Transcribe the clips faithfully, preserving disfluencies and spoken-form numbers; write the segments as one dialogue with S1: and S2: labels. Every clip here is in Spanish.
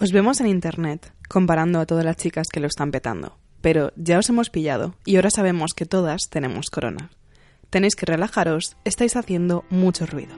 S1: Os vemos en internet comparando a todas las chicas que lo están petando, pero ya os hemos pillado y ahora sabemos que todas tenemos corona. Tenéis que relajaros, estáis haciendo mucho ruido.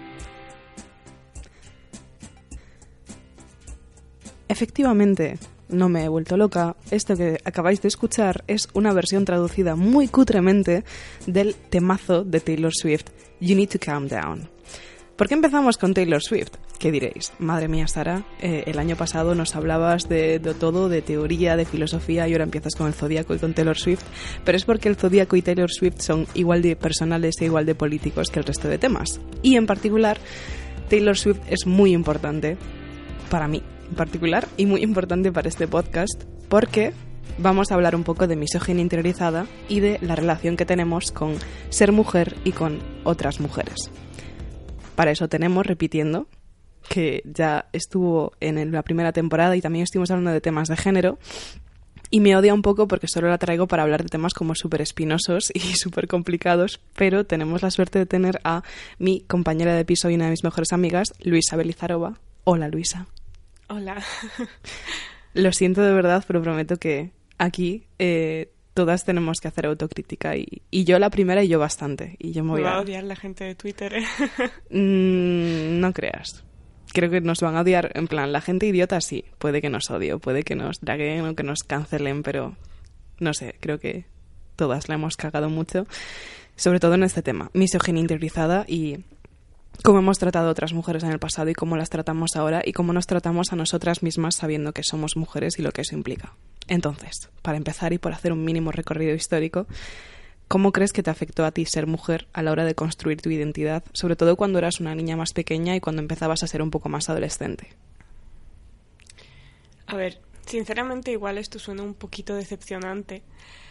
S1: Efectivamente, no me he vuelto loca. Esto que acabáis de escuchar es una versión traducida muy cutremente del temazo de Taylor Swift, You Need to Calm Down. ¿Por qué empezamos con Taylor Swift? ¿Qué diréis? Madre mía, Sara, eh, el año pasado nos hablabas de, de todo, de teoría, de filosofía, y ahora empiezas con el Zodíaco y con Taylor Swift, pero es porque el Zodíaco y Taylor Swift son igual de personales e igual de políticos que el resto de temas. Y en particular, Taylor Swift es muy importante para mí, en particular, y muy importante para este podcast, porque vamos a hablar un poco de misoginia interiorizada y de la relación que tenemos con ser mujer y con otras mujeres. Para eso tenemos, repitiendo, que ya estuvo en la primera temporada y también estuvimos hablando de temas de género, y me odia un poco porque solo la traigo para hablar de temas como súper espinosos y súper complicados, pero tenemos la suerte de tener a mi compañera de piso y una de mis mejores amigas, Luisa Belizarova. Hola, Luisa.
S2: Hola.
S1: Lo siento de verdad, pero prometo que aquí eh, todas tenemos que hacer autocrítica y, y yo la primera y yo bastante. Y yo me voy
S2: me va
S1: a
S2: a odiar la gente de Twitter, ¿eh?
S1: Mm, no creas. Creo que nos van a odiar, en plan, la gente idiota sí, puede que nos odie, puede que nos draguen o que nos cancelen, pero no sé, creo que todas la hemos cagado mucho, sobre todo en este tema, misoginia interiorizada y cómo hemos tratado a otras mujeres en el pasado y cómo las tratamos ahora y cómo nos tratamos a nosotras mismas sabiendo que somos mujeres y lo que eso implica. Entonces, para empezar y por hacer un mínimo recorrido histórico, ¿cómo crees que te afectó a ti ser mujer a la hora de construir tu identidad, sobre todo cuando eras una niña más pequeña y cuando empezabas a ser un poco más adolescente?
S2: A ver, sinceramente igual esto suena un poquito decepcionante,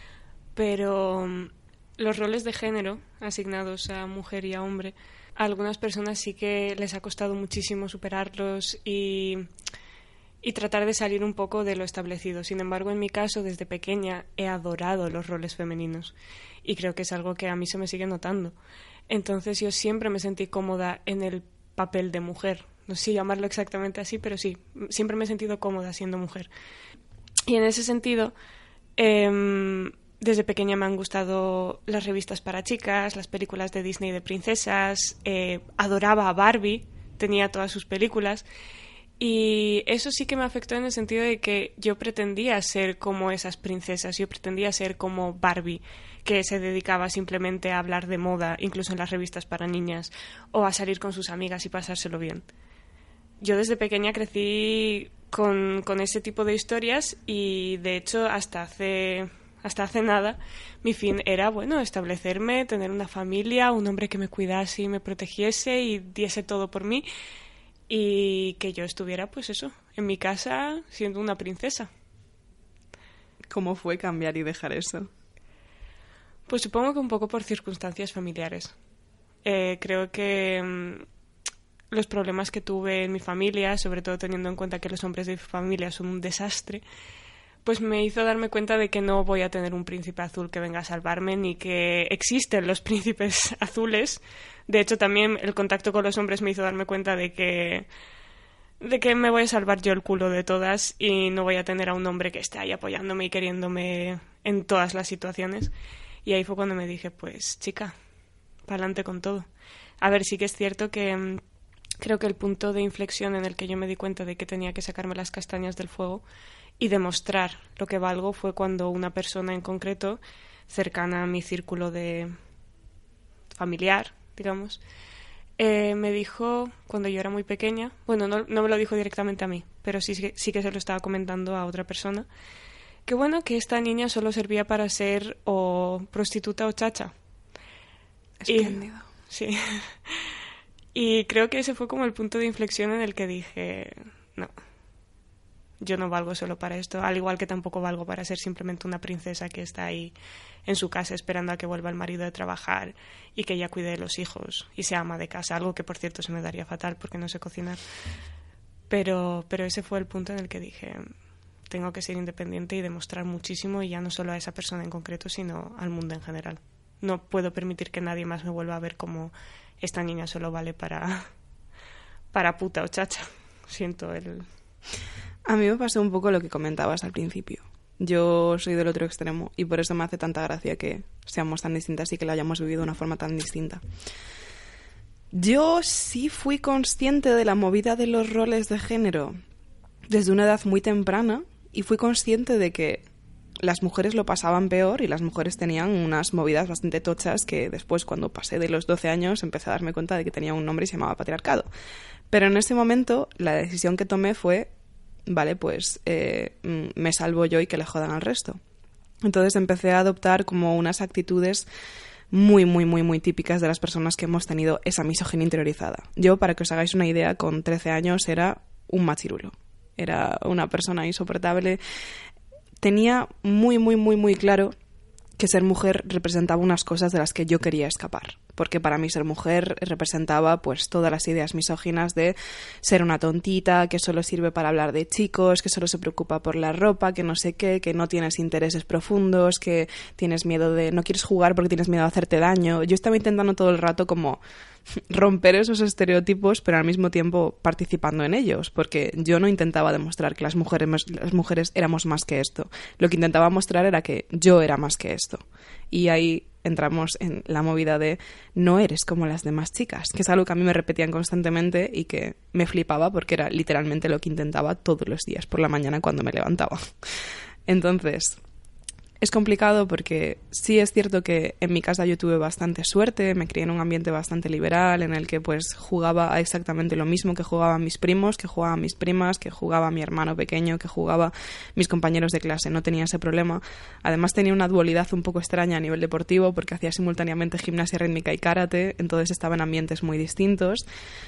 S2: pero um, los roles de género asignados a mujer y a hombre, a algunas personas sí que les ha costado muchísimo superarlos y, y tratar de salir un poco de lo establecido. Sin embargo, en mi caso, desde pequeña he adorado los roles femeninos y creo que es algo que a mí se me sigue notando. Entonces yo siempre me sentí cómoda en el papel de mujer. No sé si llamarlo exactamente así, pero sí, siempre me he sentido cómoda siendo mujer. Y en ese sentido, eh, desde pequeña me han gustado las revistas para chicas, las películas de Disney de princesas, eh, adoraba a Barbie, tenía todas sus películas. Y eso sí que me afectó en el sentido de que yo pretendía ser como esas princesas, yo pretendía ser como Barbie, que se dedicaba simplemente a hablar de moda, incluso en las revistas para niñas, o a salir con sus amigas y pasárselo bien. Yo desde pequeña crecí con, con ese tipo de historias y, de hecho, hasta hace, hasta hace nada, mi fin era, bueno, establecerme, tener una familia, un hombre que me cuidase y me protegiese y diese todo por mí. Y que yo estuviera, pues eso, en mi casa siendo una princesa.
S1: ¿Cómo fue cambiar y dejar eso?
S2: Pues supongo que un poco por circunstancias familiares. Eh, creo que mmm, los problemas que tuve en mi familia, sobre todo teniendo en cuenta que los hombres de mi familia son un desastre, pues me hizo darme cuenta de que no voy a tener un príncipe azul que venga a salvarme, ni que existen los príncipes azules. De hecho, también el contacto con los hombres me hizo darme cuenta de que, de que me voy a salvar yo el culo de todas y no voy a tener a un hombre que esté ahí apoyándome y queriéndome en todas las situaciones. Y ahí fue cuando me dije, pues chica, pa'lante con todo. A ver, sí que es cierto que mmm, creo que el punto de inflexión en el que yo me di cuenta de que tenía que sacarme las castañas del fuego y demostrar lo que valgo fue cuando una persona en concreto, cercana a mi círculo de familiar, digamos, eh, me dijo cuando yo era muy pequeña, bueno, no, no me lo dijo directamente a mí, pero sí, sí que se lo estaba comentando a otra persona, que bueno, que esta niña solo servía para ser o prostituta o chacha.
S1: Espléndido.
S2: Y, sí. Y creo que ese fue como el punto de inflexión en el que dije, no, yo no valgo solo para esto, al igual que tampoco valgo para ser simplemente una princesa que está ahí en su casa esperando a que vuelva el marido de trabajar y que ella cuide de los hijos y sea ama de casa, algo que por cierto se me daría fatal porque no sé cocinar. Pero, pero ese fue el punto en el que dije, tengo que ser independiente y demostrar muchísimo, y ya no solo a esa persona en concreto, sino al mundo en general. No puedo permitir que nadie más me vuelva a ver como esta niña solo vale para, para puta o chacha. Siento el...
S1: A mí me pasó un poco lo que comentabas al principio. Yo soy del otro extremo y por eso me hace tanta gracia que seamos tan distintas y que la hayamos vivido de una forma tan distinta. Yo sí fui consciente de la movida de los roles de género desde una edad muy temprana y fui consciente de que las mujeres lo pasaban peor y las mujeres tenían unas movidas bastante tochas que después, cuando pasé de los doce años, empecé a darme cuenta de que tenía un nombre y se llamaba patriarcado. Pero en ese momento la decisión que tomé fue, vale, pues eh, me salvo yo y que le jodan al resto. Entonces empecé a adoptar como unas actitudes muy, muy, muy, muy típicas de las personas que hemos tenido esa misoginia interiorizada. Yo, para que os hagáis una idea, con trece años era un machirulo. Era una persona insoportable. Tenía muy, muy, muy, muy claro que ser mujer representaba unas cosas de las que yo quería escapar. Porque para mí ser mujer representaba pues todas las ideas misóginas de ser una tontita, que solo sirve para hablar de chicos, que solo se preocupa por la ropa, que no sé qué, que no tienes intereses profundos, que tienes miedo de... no quieres jugar porque tienes miedo a hacerte daño. Yo estaba intentando todo el rato como romper esos estereotipos, pero al mismo tiempo participando en ellos, porque yo no intentaba demostrar que las mujeres, las mujeres éramos más que esto. Lo que intentaba mostrar era que yo era más que esto. Y ahí entramos en la movida de no eres como las demás chicas, que es algo que a mí me repetían constantemente y que me flipaba porque era literalmente lo que intentaba todos los días por la mañana cuando me levantaba. Entonces, es complicado porque sí es cierto que en mi casa yo tuve bastante suerte, me crié en un ambiente bastante liberal en el que pues jugaba a exactamente lo mismo que jugaban mis primos, que jugaban mis primas, que jugaba mi hermano pequeño, que jugaba mis compañeros de clase, no tenía ese problema. Además tenía una dualidad un poco extraña a nivel deportivo porque hacía simultáneamente gimnasia rítmica y karate, entonces estaba en ambientes muy distintos.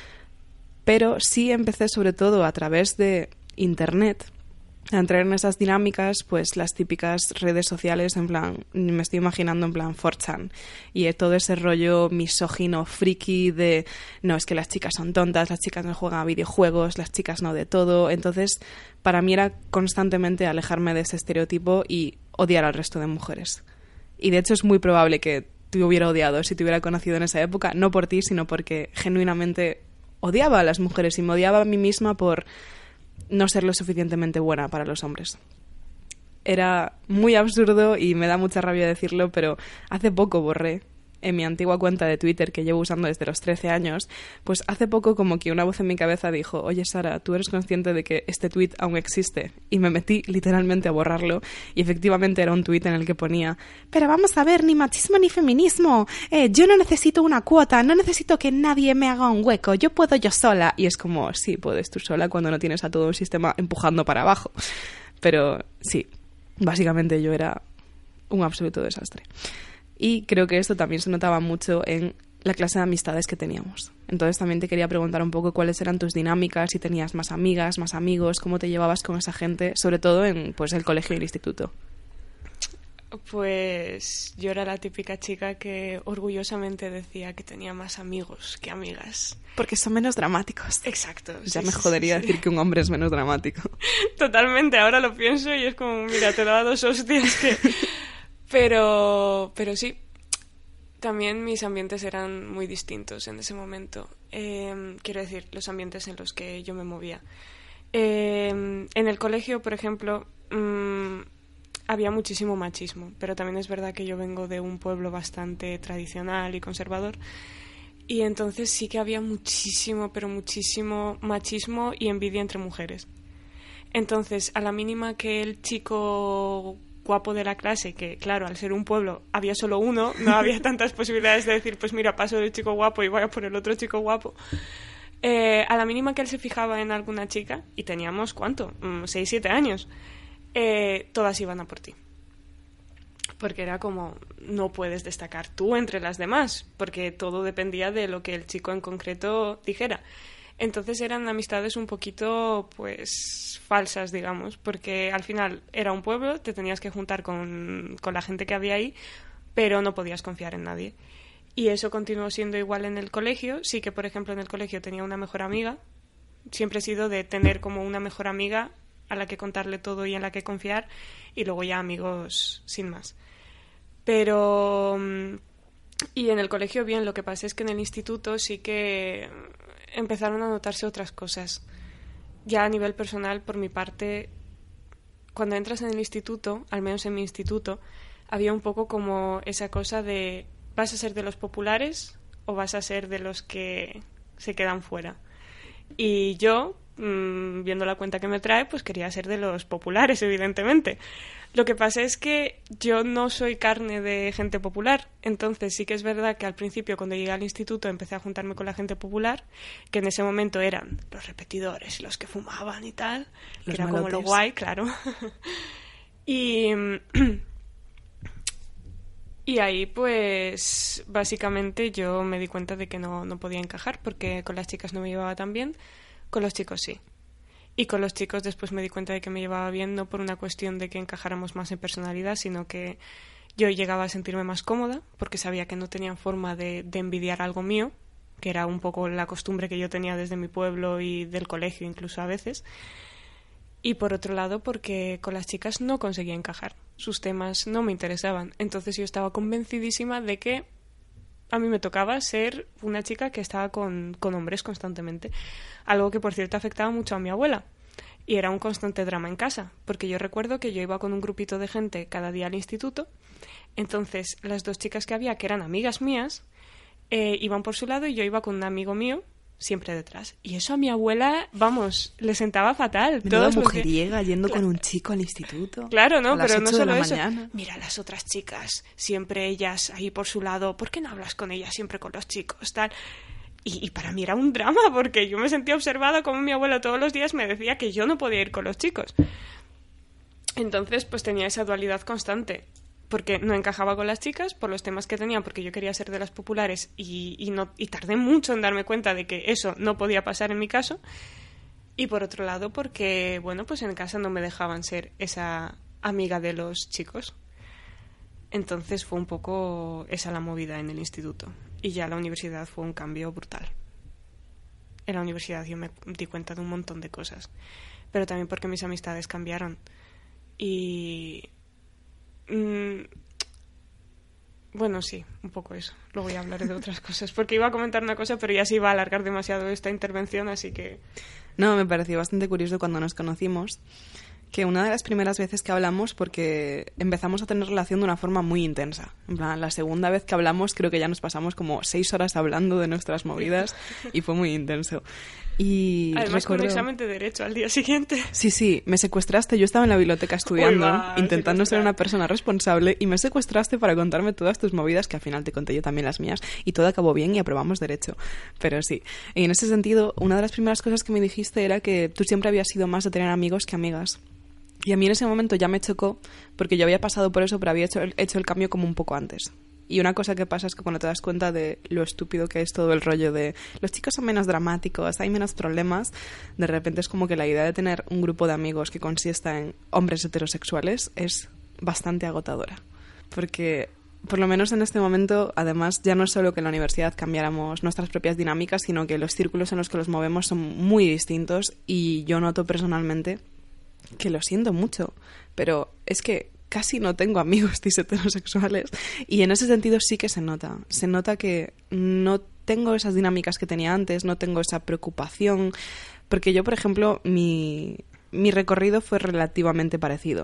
S1: Pero sí empecé sobre todo a través de internet a entrar en esas dinámicas, pues las típicas redes sociales, en plan, me estoy imaginando en plan four chan, y todo ese rollo misógino, friki de, no, es que las chicas son tontas, las chicas no juegan a videojuegos, las chicas no de todo. Entonces, para mí era constantemente alejarme de ese estereotipo y odiar al resto de mujeres. Y de hecho es muy probable que te hubiera odiado si te hubiera conocido en esa época, no por ti, sino porque genuinamente odiaba a las mujeres y me odiaba a mí misma por no ser lo suficientemente buena para los hombres. Era muy absurdo y me da mucha rabia decirlo, pero hace poco borré en mi antigua cuenta de Twitter, que llevo usando desde los trece años, pues hace poco como que una voz en mi cabeza dijo, oye Sara, ¿tú eres consciente de que este tweet aún existe? Y me metí literalmente a borrarlo y efectivamente era un tweet en el que ponía, pero vamos a ver, ni machismo ni feminismo, eh, yo no necesito una cuota, no necesito que nadie me haga un hueco, yo puedo yo sola. Y es como, sí, puedes tú sola cuando no tienes a todo un sistema empujando para abajo. Pero sí, básicamente yo era un absoluto desastre. Y creo que esto también se notaba mucho en la clase de amistades que teníamos. Entonces también te quería preguntar un poco cuáles eran tus dinámicas, si tenías más amigas, más amigos, cómo te llevabas con esa gente, sobre todo en pues el colegio y el instituto.
S2: Pues yo era la típica chica que orgullosamente decía que tenía más amigos que amigas.
S1: Porque son menos dramáticos.
S2: Exacto.
S1: Ya
S2: sí,
S1: me
S2: sí,
S1: jodería
S2: sí, sí.
S1: decir que un hombre es menos dramático.
S2: Totalmente, ahora lo pienso y es como, mira, te daba dos hostias que... Pero, pero sí, también mis ambientes eran muy distintos en ese momento. Eh, quiero decir, los ambientes en los que yo me movía. Eh, en el colegio, por ejemplo, mmm, había muchísimo machismo, pero también es verdad que yo vengo de un pueblo bastante tradicional y conservador, y entonces sí que había muchísimo, pero muchísimo machismo y envidia entre mujeres. Entonces, a la mínima que el chico guapo de la clase, que claro, al ser un pueblo había solo uno, no había tantas posibilidades de decir, pues mira, paso del chico guapo y voy a por el otro chico guapo. Eh, a la mínima que él se fijaba en alguna chica, y teníamos, ¿cuánto? Mm, seis, siete años, eh, todas iban a por ti. Porque era como, no puedes destacar tú entre las demás, porque todo dependía de lo que el chico en concreto dijera. Entonces eran amistades un poquito, pues, falsas, digamos, porque al final era un pueblo, te tenías que juntar con, con la gente que había ahí, pero no podías confiar en nadie. Y eso continuó siendo igual en el colegio. Sí que, por ejemplo, en el colegio tenía una mejor amiga. Siempre he sido de tener como una mejor amiga a la que contarle todo y en la que confiar, y luego ya amigos sin más. Pero... Y en el colegio, bien, lo que pasa es que en el instituto sí que empezaron a notarse otras cosas. ya a nivel personal, por mi parte, cuando entras en el instituto, al menos en mi instituto, había un poco como esa cosa de ¿vas a ser de los populares o vas a ser de los que se quedan fuera? Y yo, mmm, viendo la cuenta que me trae, pues quería ser de los populares, evidentemente. Lo que pasa es que yo no soy carne de gente popular, entonces sí que es verdad que al principio, cuando llegué al instituto, empecé a juntarme con la gente popular, que en ese momento eran los repetidores, los que fumaban y tal, que era como lo guay, claro. y... Y ahí, pues, básicamente yo me di cuenta de que no, no podía encajar, porque con las chicas no me llevaba tan bien, con los chicos sí. Y con los chicos después me di cuenta de que me llevaba bien, no por una cuestión de que encajáramos más en personalidad, sino que yo llegaba a sentirme más cómoda, porque sabía que no tenían forma de, de envidiar algo mío, que era un poco la costumbre que yo tenía desde mi pueblo y del colegio incluso a veces. Y por otro lado, porque con las chicas no conseguía encajar. Sus temas no me interesaban. Entonces yo estaba convencidísima de que a mí me tocaba ser una chica que estaba con, con hombres constantemente. Algo que, por cierto, afectaba mucho a mi abuela. Y era un constante drama en casa. Porque yo recuerdo que yo iba con un grupito de gente cada día al instituto. Entonces las dos chicas que había, que eran amigas mías, eh, iban por su lado y yo iba con un amigo mío siempre detrás. Y eso a mi abuela, vamos, le sentaba fatal.
S1: Menuda mujeriega yendo claro. con un chico al instituto.
S2: Claro, no, pero no solo eso.
S1: Mañana.
S2: Mira, las otras chicas, siempre ellas ahí por su lado, ¿por qué no hablas con ellas siempre con los chicos? Tal. Y, y para mí era un drama, porque yo me sentía observada como mi abuela todos los días me decía que yo no podía ir con los chicos. Entonces, pues tenía esa dualidad constante. Porque no encajaba con las chicas por los temas que tenía, porque yo quería ser de las populares y, y, no, y tardé mucho en darme cuenta de que eso no podía pasar en mi caso. Y por otro lado, porque, bueno, pues en casa no me dejaban ser esa amiga de los chicos. Entonces fue un poco esa la movida en el instituto. Y ya la universidad fue un cambio brutal. En la universidad yo me di cuenta de un montón de cosas. Pero también porque mis amistades cambiaron. Y... Bueno, sí, un poco eso. Luego ya hablaré de otras cosas. Porque iba a comentar una cosa, pero ya se iba a alargar demasiado esta intervención, así que...
S1: No, me pareció bastante curioso cuando nos conocimos, que una de las primeras veces que hablamos, porque empezamos a tener relación de una forma muy intensa. En plan, la segunda vez que hablamos creo que ya nos pasamos como seis horas hablando de nuestras movidas y fue muy intenso. Y
S2: además
S1: recuerdo...
S2: con un examen de Derecho al día siguiente.
S1: Sí, sí, me secuestraste. Yo estaba en la biblioteca estudiando,
S2: va,
S1: intentando ser una persona responsable, y me secuestraste para contarme todas tus movidas, que al final te conté yo también las mías, y todo acabó bien y aprobamos Derecho. Pero sí, y en ese sentido, una de las primeras cosas que me dijiste era que tú siempre habías sido más de tener amigos que amigas. Y a mí en ese momento ya me chocó, porque yo había pasado por eso, pero había hecho el, hecho el cambio como un poco antes. Y una cosa que pasa es que cuando te das cuenta de lo estúpido que es todo el rollo de los chicos son menos dramáticos, hay menos problemas, de repente es como que la idea de tener un grupo de amigos que consista en hombres heterosexuales es bastante agotadora. Porque, por lo menos en este momento, además, ya no es solo que en la universidad cambiáramos nuestras propias dinámicas, sino que los círculos en los que los movemos son muy distintos, y yo noto personalmente que lo siento mucho, pero es que casi no tengo amigos cis heterosexuales, y en ese sentido sí que se nota. Se nota que no tengo esas dinámicas que tenía antes, no tengo esa preocupación, porque yo, por ejemplo, mi, mi recorrido fue relativamente parecido.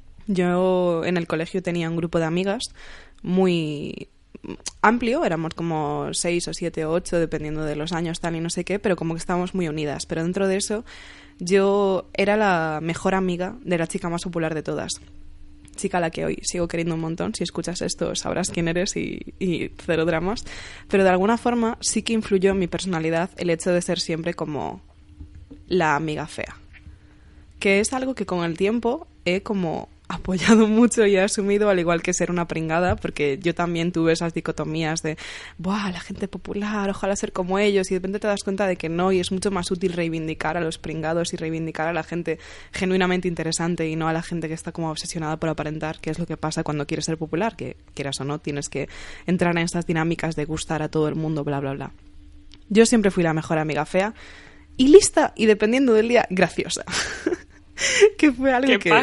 S1: Yo en el colegio tenía un grupo de amigas muy amplio, éramos como seis o siete o ocho, dependiendo de los años, tal y no sé qué, pero como que estábamos muy unidas. Pero dentro de eso, yo era la mejor amiga de la chica más popular de todas. Chica a la que hoy sigo queriendo un montón. Si escuchas esto sabrás quién eres y, y cero dramas. Pero de alguna forma sí que influyó en mi personalidad el hecho de ser siempre como la amiga fea. Que es algo que con el tiempo he como apoyado mucho y he asumido, al igual que ser una pringada, porque yo también tuve esas dicotomías de ¡buah, la gente popular, ojalá ser como ellos! Y de repente te das cuenta de que no, y es mucho más útil reivindicar a los pringados y reivindicar a la gente genuinamente interesante y no a la gente que está como obsesionada por aparentar, que es lo que pasa cuando quieres ser popular, que quieras o no, tienes que entrar en estas dinámicas de gustar a todo el mundo, bla, bla, bla. Yo siempre fui la mejor amiga fea y lista, y dependiendo del día, graciosa. Que fue algo
S2: ¿Qué
S1: que...
S2: pack?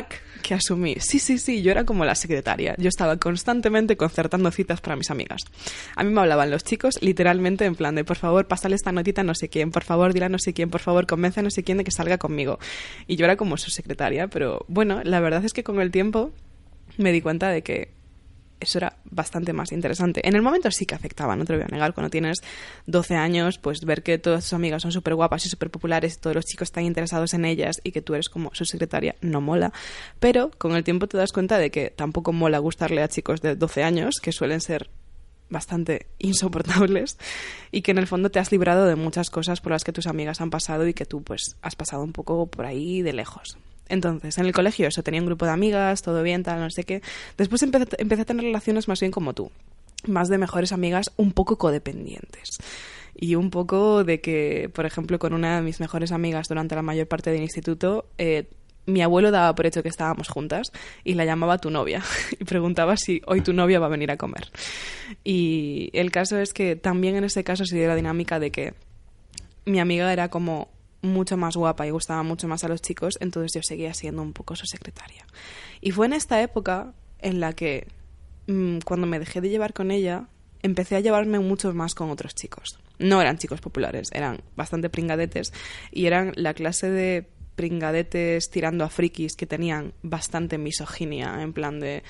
S1: que asumí. Sí, sí, sí, yo era como la secretaria. Yo estaba constantemente concertando citas para mis amigas. A mí me hablaban los chicos literalmente en plan de, por favor, pásale esta notita a no sé quién, por favor, dile a no sé quién, por favor, convence a no sé quién de que salga conmigo. Y yo era como su secretaria, pero bueno, la verdad es que con el tiempo me di cuenta de que eso era bastante más interesante. En el momento sí que afectaba, no te lo voy a negar. Cuando tienes doce años, pues ver que todas tus amigas son súper guapas y súper populares y todos los chicos están interesados en ellas y que tú eres como su secretaria, no mola. Pero con el tiempo te das cuenta de que tampoco mola gustarle a chicos de doce años, que suelen ser bastante insoportables, y que en el fondo te has librado de muchas cosas por las que tus amigas han pasado y que tú pues has pasado un poco por ahí de lejos. Entonces, en el colegio eso, tenía un grupo de amigas, todo bien, tal, no sé qué. Después empecé, empecé a tener relaciones más bien como tú, más de mejores amigas, un poco codependientes. Y un poco de que, por ejemplo, con una de mis mejores amigas durante la mayor parte del instituto, eh, mi abuelo daba por hecho que estábamos juntas y la llamaba tu novia y preguntaba si hoy tu novia va a venir a comer. Y el caso es que también en ese caso se dio la dinámica de que mi amiga era como mucho más guapa y gustaba mucho más a los chicos, entonces yo seguía siendo un poco su secretaria. Y fue en esta época en la que, mmm, cuando me dejé de llevar con ella, empecé a llevarme mucho más con otros chicos. No eran chicos populares, eran bastante pringadetes y eran la clase de pringadetes tirando a frikis que tenían bastante misoginia, en plan de...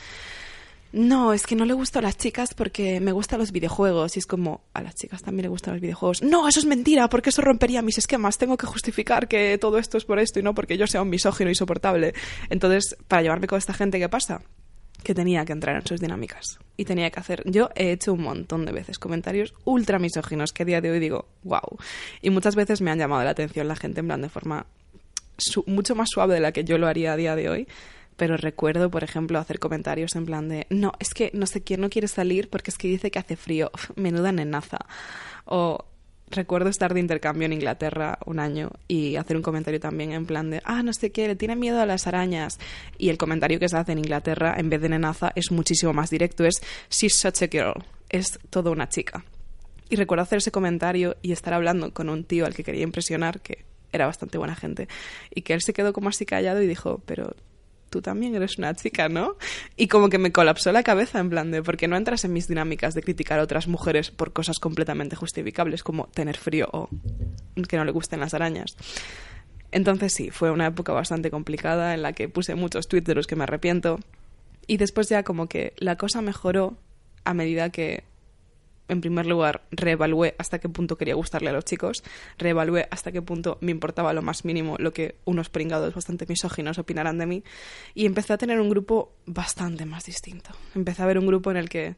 S1: No, es que no le gusta a las chicas porque me gustan los videojuegos. Y es como, a las chicas también le gustan los videojuegos. No, eso es mentira, porque eso rompería mis esquemas. Tengo que justificar que todo esto es por esto y no porque yo sea un misógino insoportable. Entonces, para llevarme con esta gente, ¿qué pasa? Que tenía que entrar en sus dinámicas. Y tenía que hacer... Yo he hecho un montón de veces comentarios ultra misóginos que a día de hoy digo, wow. Y muchas veces me han llamado la atención la gente en plan de forma su- mucho más suave de la que yo lo haría a día de hoy. Pero recuerdo, por ejemplo, hacer comentarios en plan de no, es que no sé quién no quiere salir porque es que dice que hace frío. Uf, menuda nenaza. O recuerdo estar de intercambio en Inglaterra un año y hacer un comentario también en plan de ah, no sé qué, le tiene miedo a las arañas. Y el comentario que se hace en Inglaterra, en vez de nenaza, es muchísimo más directo. Es she's such a girl. Es toda una chica. Y recuerdo hacer ese comentario y estar hablando con un tío al que quería impresionar, que era bastante buena gente, y que él se quedó como así callado y dijo, pero... tú también eres una chica, ¿no? Y como que me colapsó la cabeza en plan de, ¿por qué no entras en mis dinámicas de criticar a otras mujeres por cosas completamente justificables como tener frío o que no le gusten las arañas? Entonces sí, fue una época bastante complicada en la que puse muchos tweets de los que me arrepiento y después ya como que la cosa mejoró a medida que, en primer lugar, reevalué hasta qué punto quería gustarle a los chicos, reevalué hasta qué punto me importaba lo más mínimo lo que unos pringados bastante misóginos opinaran de mí, y empecé a tener un grupo bastante más distinto. Empecé a ver un grupo en el que,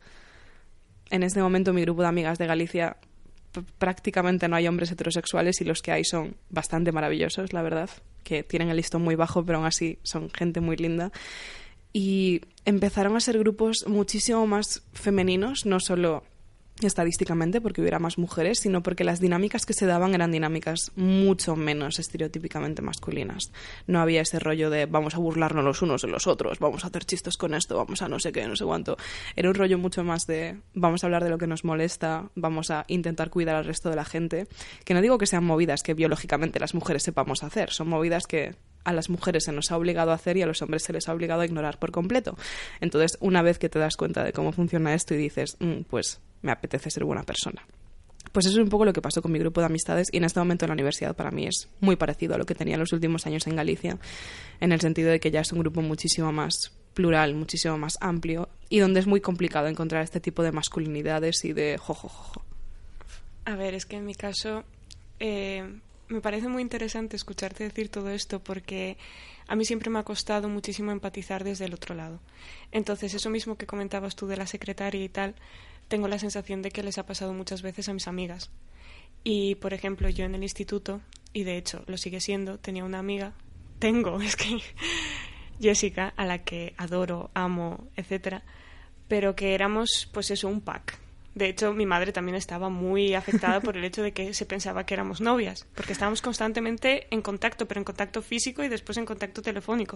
S1: en este momento, mi grupo de amigas de Galicia, p- prácticamente no hay hombres heterosexuales y los que hay son bastante maravillosos, la verdad, que tienen el listón muy bajo, pero aún así son gente muy linda. Y empezaron a ser grupos muchísimo más femeninos, no solo estadísticamente porque hubiera más mujeres, sino porque las dinámicas que se daban eran dinámicas mucho menos estereotípicamente masculinas. No había ese rollo de vamos a burlarnos los unos de los otros, vamos a hacer chistes con esto, vamos a no sé qué, no sé cuánto. Era un rollo mucho más de vamos a hablar de lo que nos molesta, vamos a intentar cuidar al resto de la gente, que no digo que sean movidas que biológicamente las mujeres sepamos hacer, son movidas que a las mujeres se nos ha obligado a hacer y a los hombres se les ha obligado a ignorar por completo. Entonces, una vez que te das cuenta de cómo funciona esto y dices, mmm, pues me apetece ser buena persona. Pues eso es un poco lo que pasó con mi grupo de amistades, y en este momento en la universidad para mí es muy parecido a lo que tenía en los últimos años en Galicia, en el sentido de que ya es un grupo muchísimo más plural, muchísimo más amplio, y donde es muy complicado encontrar este tipo de masculinidades y de jojojojo.
S2: A ver, es que en mi caso eh, me parece muy interesante escucharte decir todo esto porque a mí siempre me ha costado muchísimo empatizar desde el otro lado. Entonces, eso mismo que comentabas tú de la secretaria y tal, tengo la sensación de que les ha pasado muchas veces a mis amigas. Y, por ejemplo, yo en el instituto, y de hecho lo sigue siendo, tenía una amiga, tengo, es que Jessica, a la que adoro, amo, etcétera, pero que éramos, pues eso, un pack. De hecho, mi madre también estaba muy afectada por el hecho de que se pensaba que éramos novias, porque estábamos constantemente en contacto, pero en contacto físico y después en contacto telefónico.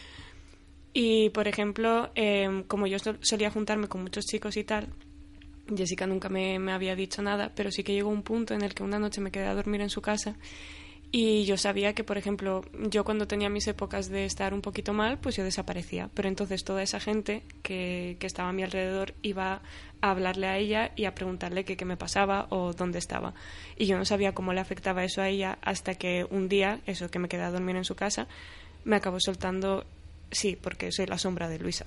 S2: Y, por ejemplo, eh, como yo sol- solía juntarme con muchos chicos y tal, Jessica nunca me, me había dicho nada, pero sí que llegó un punto en el que una noche me quedé a dormir en su casa Y yo sabía que, por ejemplo, yo cuando tenía mis épocas de estar un poquito mal, pues yo desaparecía. Pero entonces toda esa gente que, que estaba a mi alrededor iba a hablarle a ella y a preguntarle qué, qué me pasaba o dónde estaba. Y yo no sabía cómo le afectaba eso a ella hasta que un día, eso que me quedé a dormir en su casa, me acabó soltando, sí, porque soy la sombra de Luisa.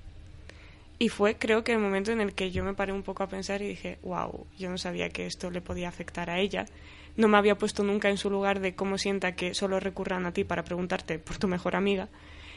S2: Y fue, creo que el momento en el que yo me paré un poco a pensar y dije, wow, yo no sabía que esto le podía afectar a ella. No me había puesto nunca en su lugar de cómo sienta que solo recurran a ti para preguntarte por tu mejor amiga.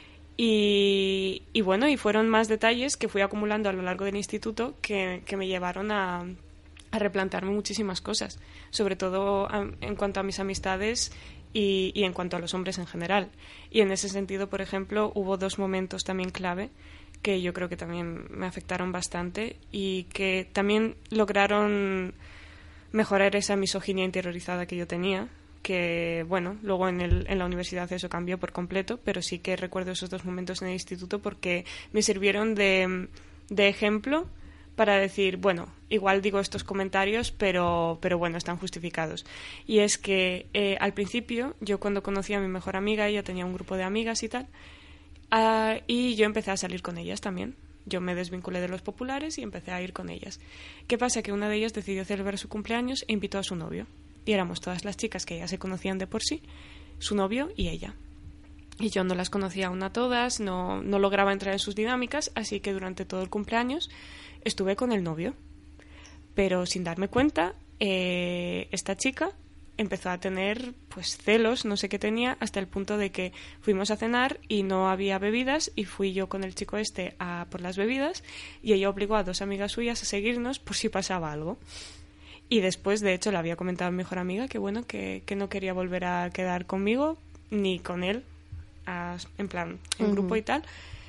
S2: Y, y bueno, y fueron más detalles que fui acumulando a lo largo del instituto que, que me llevaron a, a replantearme muchísimas cosas, sobre todo a, en cuanto a mis amistades y, y en cuanto a los hombres en general. Y en ese sentido, por ejemplo, hubo dos momentos también clave que yo creo que también me afectaron bastante y que también lograron mejorar esa misoginia interiorizada que yo tenía, que bueno, luego en, el, en la universidad eso cambió por completo, pero sí que recuerdo esos dos momentos en el instituto porque me sirvieron de, de ejemplo para decir, bueno, igual digo estos comentarios, pero, pero bueno, están justificados. Y es que eh, al principio, yo cuando conocí a mi mejor amiga, ella tenía un grupo de amigas y tal, uh, y yo empecé a salir con ellas también. Yo me desvinculé de los populares y empecé a ir con ellas. ¿Qué pasa? Que una de ellas decidió celebrar su cumpleaños e invitó a su novio. Y éramos todas las chicas que ya se conocían de por sí, su novio y ella. Y yo no las conocía aún a todas, no, no lograba entrar en sus dinámicas, así que durante todo el cumpleaños estuve con el novio. Pero sin darme cuenta, eh, esta chica empezó a tener pues celos, no sé qué tenía, hasta el punto de que fuimos a cenar y no había bebidas y fui yo con el chico este a por las bebidas y ella obligó a dos amigas suyas a seguirnos por si pasaba algo. Y después, de hecho, le había comentado a mi mejor amiga que bueno, que, que no quería volver a quedar conmigo ni con él, a, en plan, en uh-huh. grupo y tal.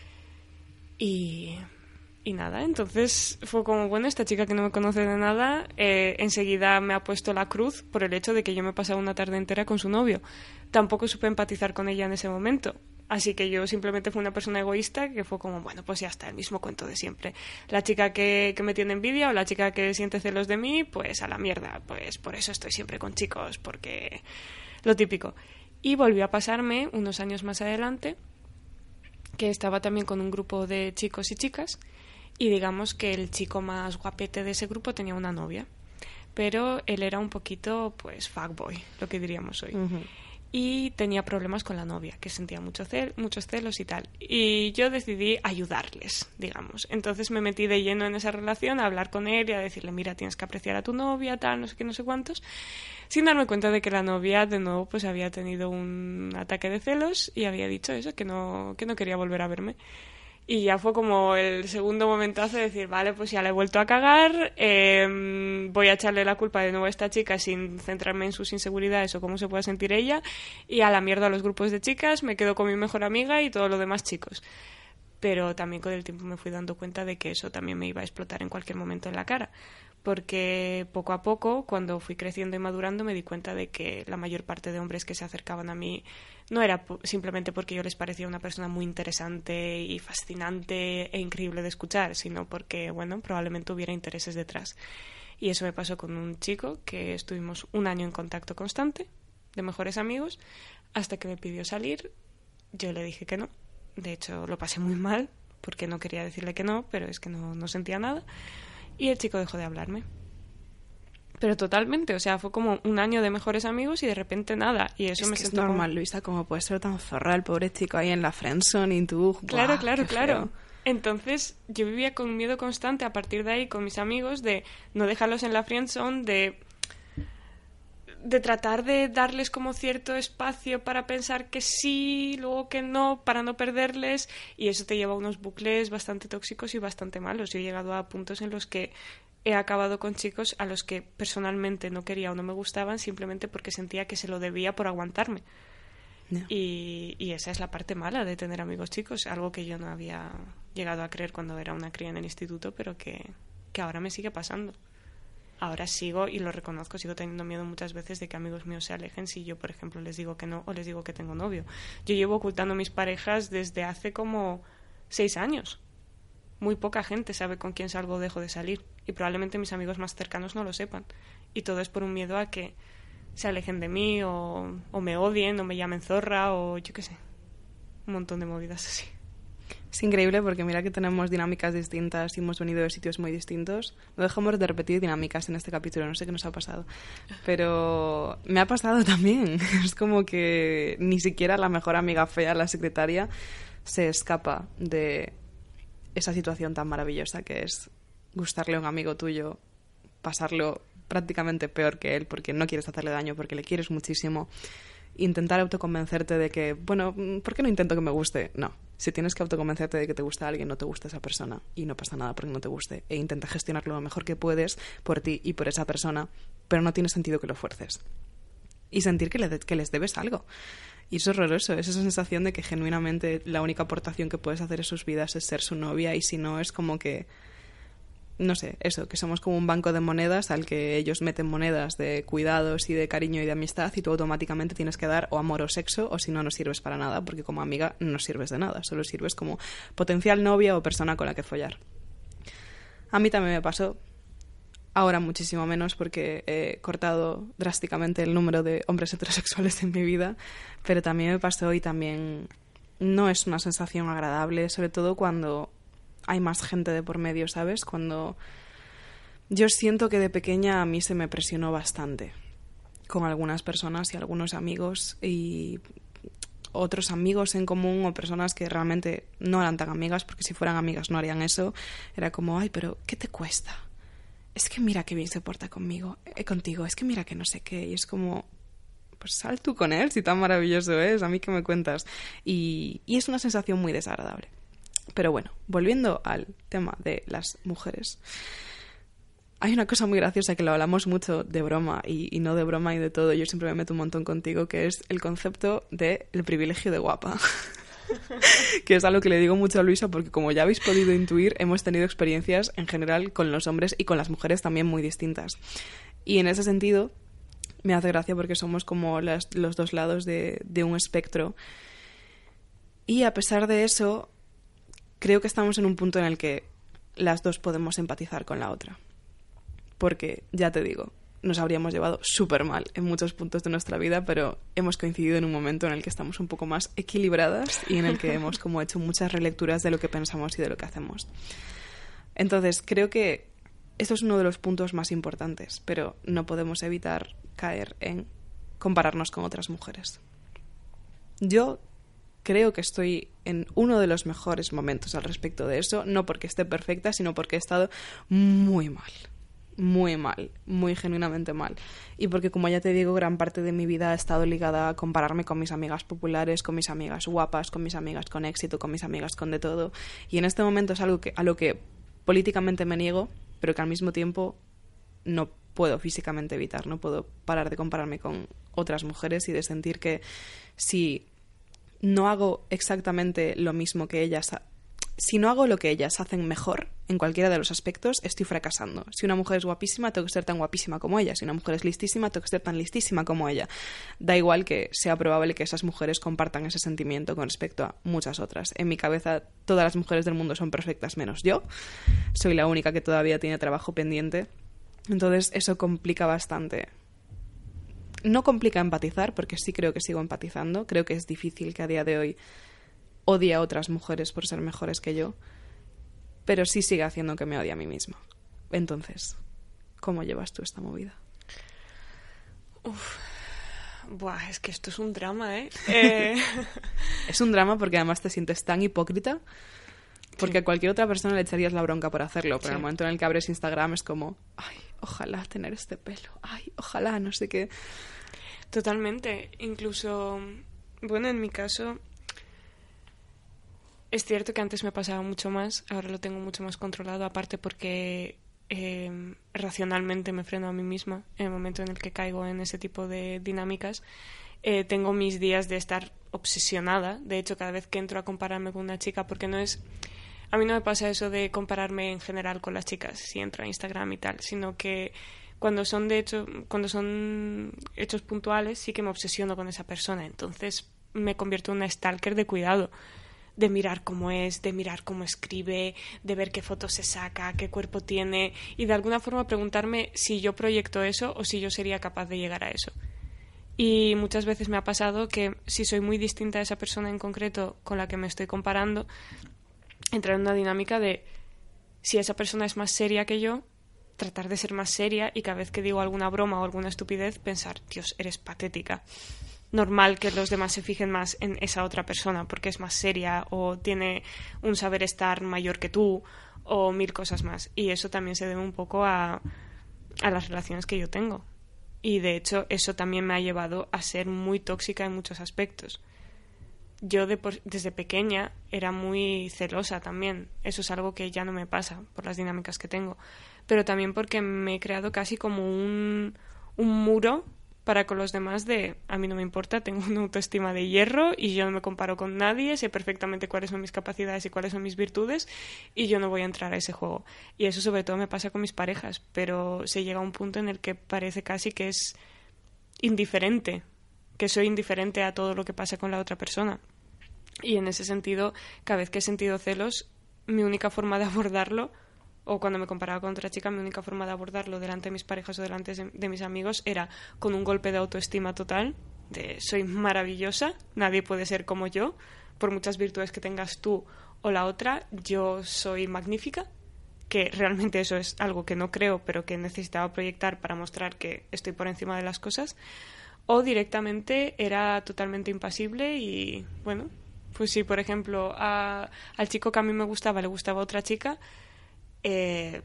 S2: Y... Y nada, entonces fue como, bueno, esta chica que no me conoce de nada, eh, enseguida me ha puesto la cruz por el hecho de que yo me he pasado una tarde entera con su novio. Tampoco supe empatizar con ella en ese momento. Así que yo simplemente fui una persona egoísta que fue como, bueno, pues ya está, el mismo cuento de siempre. La chica que, que me tiene envidia o la chica que siente celos de mí, pues a la mierda. Pues por eso estoy siempre con chicos, porque lo típico. Y volvió a pasarme unos años más adelante, que estaba también con un grupo de chicos y chicas. Y digamos que el chico más guapete de ese grupo tenía una novia, pero él era un poquito, pues, fuckboy, lo que diríamos hoy. Uh-huh. Y tenía problemas con la novia, que sentía mucho cel- muchos celos y tal. Y yo decidí ayudarles, digamos. Entonces me metí de lleno en esa relación, a hablar con él y a decirle, mira, tienes que apreciar a tu novia, tal, no sé qué, no sé cuántos, sin darme cuenta de que la novia, de nuevo, pues había tenido un ataque de celos y había dicho eso, que no, que no quería volver a verme. Y ya fue como el segundo momentazo de decir, vale, pues ya le he vuelto a cagar, eh, voy a echarle la culpa de nuevo a esta chica sin centrarme en sus inseguridades o cómo se puede sentir ella, y a la mierda a los grupos de chicas, me quedo con mi mejor amiga y todo lo demás chicos. Pero también con el tiempo me fui dando cuenta de que eso también me iba a explotar en cualquier momento en la cara. Porque poco a poco, cuando fui creciendo y madurando, me di cuenta de que la mayor parte de hombres que se acercaban a mí no era simplemente porque yo les parecía una persona muy interesante y fascinante e increíble de escuchar, sino porque, bueno, probablemente hubiera intereses detrás. Y eso me pasó con un chico que estuvimos un año en contacto constante, de mejores amigos, hasta que me pidió salir. Yo le dije que no. De hecho, lo pasé muy mal, porque no quería decirle que no, pero es que no, no sentía nada. Y el chico dejó de hablarme. Pero totalmente, o sea, fue como un año de mejores amigos y de repente nada. Y eso
S1: es
S2: me
S1: que
S2: sentó
S1: es normal,
S2: como...
S1: Luisa, como puede ser tan zorra el pobre chico ahí en la friendzone y tú...
S2: Claro,
S1: ¡buah,
S2: claro,
S1: qué
S2: claro.
S1: feo!
S2: Entonces yo vivía con miedo constante a partir de ahí con mis amigos de no dejarlos en la friendzone, de... de tratar de darles como cierto espacio para pensar que sí, luego que no, para no perderles, y eso te lleva a unos bucles bastante tóxicos y bastante malos. Yo he llegado a puntos en los que he acabado con chicos a los que personalmente no quería o no me gustaban simplemente porque sentía que se lo debía por aguantarme. No. Y, y esa es la parte mala de tener amigos chicos, algo que yo no había llegado a creer cuando era una cría en el instituto, pero que, que ahora me sigue pasando. Ahora sigo, y lo reconozco, sigo teniendo miedo muchas veces de que amigos míos se alejen si yo, por ejemplo, les digo que no o les digo que tengo novio. Yo llevo ocultando mis parejas desde hace como seis años. Muy poca gente sabe con quién salgo o dejo de salir, y probablemente mis amigos más cercanos no lo sepan. Y todo es por un miedo a que se alejen de mí o, o me odien o me llamen zorra o yo qué sé, un montón de movidas así.
S1: Es increíble porque mira que tenemos dinámicas distintas y hemos venido de sitios muy distintos. No dejamos de repetir dinámicas en este capítulo, no sé qué nos ha pasado. Pero me ha pasado también. Es como que ni siquiera la mejor amiga fea, la secretaria, se escapa de esa situación tan maravillosa que es gustarle a un amigo tuyo, pasarlo prácticamente peor que él porque no quieres hacerle daño, porque le quieres muchísimo. Intentar autoconvencerte de que, bueno, ¿por qué no intento que me guste? No. Si tienes que autoconvencerte de que te gusta alguien, no te gusta esa persona y no pasa nada porque no te guste. E intenta gestionarlo lo mejor que puedes por ti y por esa persona, pero no tiene sentido que lo fuerces. Y sentir que, le de- que les debes algo. Y eso es horroroso, es esa sensación de que genuinamente la única aportación que puedes hacer en sus vidas es ser su novia y si no es como que... No sé, eso, que somos como un banco de monedas al que ellos meten monedas de cuidados y de cariño y de amistad y tú automáticamente tienes que dar o amor o sexo o si no, no sirves para nada porque como amiga no sirves de nada, solo sirves como potencial novia o persona con la que follar. A mí también me pasó, ahora muchísimo menos porque he cortado drásticamente el número de hombres heterosexuales en mi vida, pero también me pasó y también no es una sensación agradable, sobre todo cuando... hay más gente de por medio, ¿sabes? Cuando yo siento que de pequeña a mí se me presionó bastante con algunas personas y algunos amigos y otros amigos en común o personas que realmente no eran tan amigas porque si fueran amigas no harían eso. Era como, ay, pero ¿qué te cuesta? Es que mira qué bien se porta conmigo, eh, contigo, es que mira que no sé qué. Y es como, pues sal tú con él si tan maravilloso es, a mí qué me cuentas. Y, y es una sensación muy desagradable. Pero bueno, volviendo al tema de las mujeres, hay una cosa muy graciosa que lo hablamos mucho de broma y, y no de broma y de todo, yo siempre me meto un montón contigo, que es el concepto del privilegio de guapa. Que es algo que le digo mucho a Luisa porque como ya habéis podido intuir, hemos tenido experiencias en general con los hombres y con las mujeres también muy distintas. Y en ese sentido me hace gracia porque somos como las, los dos lados de, de un espectro. Y a pesar de eso... creo que estamos en un punto en el que las dos podemos empatizar con la otra. Porque, ya te digo, nos habríamos llevado súper mal en muchos puntos de nuestra vida, pero hemos coincidido en un momento en el que estamos un poco más equilibradas y en el que hemos como hecho muchas relecturas de lo que pensamos y de lo que hacemos. Entonces, creo que esto es uno de los puntos más importantes, pero no podemos evitar caer en compararnos con otras mujeres. Yo creo que estoy en uno de los mejores momentos al respecto de eso, no porque esté perfecta, sino porque he estado muy mal, muy mal, muy genuinamente mal. Y porque, como ya te digo, gran parte de mi vida ha estado ligada a compararme con mis amigas populares, con mis amigas guapas, con mis amigas con éxito, con mis amigas con de todo. Y en este momento es algo que, a lo que políticamente me niego, pero que al mismo tiempo no puedo físicamente evitar, no puedo parar de compararme con otras mujeres y de sentir que si... no hago exactamente lo mismo que ellas. Si no hago lo que ellas hacen mejor en cualquiera de los aspectos, estoy fracasando. Si una mujer es guapísima, tengo que ser tan guapísima como ella. Si una mujer es listísima, tengo que ser tan listísima como ella. Da igual que sea probable que esas mujeres compartan ese sentimiento con respecto a muchas otras. En mi cabeza, todas las mujeres del mundo son perfectas menos yo. Soy la única que todavía tiene trabajo pendiente. Entonces, eso complica bastante. No complica empatizar, porque sí creo que sigo empatizando. Creo que es difícil que a día de hoy odie a otras mujeres por ser mejores que yo, pero sí sigue haciendo que me odie a mí misma. Entonces, ¿cómo llevas tú esta movida?
S2: Uf, buah, es que esto es un drama, ¿eh? eh...
S1: Es un drama porque además te sientes tan hipócrita, porque sí. A cualquier otra persona le echarías la bronca por hacerlo, pero sí. En el momento en el que abres Instagram es como, ay, ojalá tener este pelo, ay, ojalá, no sé qué.
S2: Totalmente, incluso, bueno, en mi caso, es cierto que antes me pasaba mucho más, ahora lo tengo mucho más controlado, aparte porque eh, racionalmente me freno a mí misma en el momento en el que caigo en ese tipo de dinámicas. Eh, tengo mis días de estar obsesionada, de hecho, cada vez que entro a compararme con una chica, porque no es... A mí no me pasa eso de compararme en general con las chicas, si entro a Instagram y tal, sino que cuando son de hecho, cuando son hechos puntuales sí que me obsesiono con esa persona, entonces me convierto en una stalker de cuidado, de mirar cómo es, de mirar cómo escribe, de ver qué fotos se saca, qué cuerpo tiene y de alguna forma preguntarme si yo proyecto eso o si yo sería capaz de llegar a eso. Y muchas veces me ha pasado que si soy muy distinta a esa persona en concreto con la que me estoy comparando, entrar en una dinámica de si esa persona es más seria que yo, tratar de ser más seria y cada vez que digo alguna broma o alguna estupidez pensar, Dios, eres patética. Normal que los demás se fijen más en esa otra persona porque es más seria o tiene un saber estar mayor que tú o mil cosas más. Y eso también se debe un poco a, a las relaciones que yo tengo. Y de hecho eso también me ha llevado a ser muy tóxica en muchos aspectos. Yo de por, desde pequeña era muy celosa también. Eso es algo que ya no me pasa por las dinámicas que tengo. Pero también porque me he creado casi como un, un muro para con los demás de a mí no me importa, tengo una autoestima de hierro y yo no me comparo con nadie, sé perfectamente cuáles son mis capacidades y cuáles son mis virtudes y yo no voy a entrar a ese juego. Y eso sobre todo me pasa con mis parejas, pero se llega a un punto en el que parece casi que es indiferente, que soy indiferente a todo lo que pasa con la otra persona. Y en ese sentido, cada vez que he sentido celos, mi única forma de abordarlo, o cuando me comparaba con otra chica, mi única forma de abordarlo delante de mis parejas o delante de mis amigos era con un golpe de autoestima total, de soy maravillosa, nadie puede ser como yo, por muchas virtudes que tengas tú o la otra, yo soy magnífica, que realmente eso es algo que no creo, pero que necesitaba proyectar para mostrar que estoy por encima de las cosas, o directamente era totalmente impasible y, bueno, pues si por ejemplo a, al chico que a mí me gustaba le gustaba otra chica, Eh,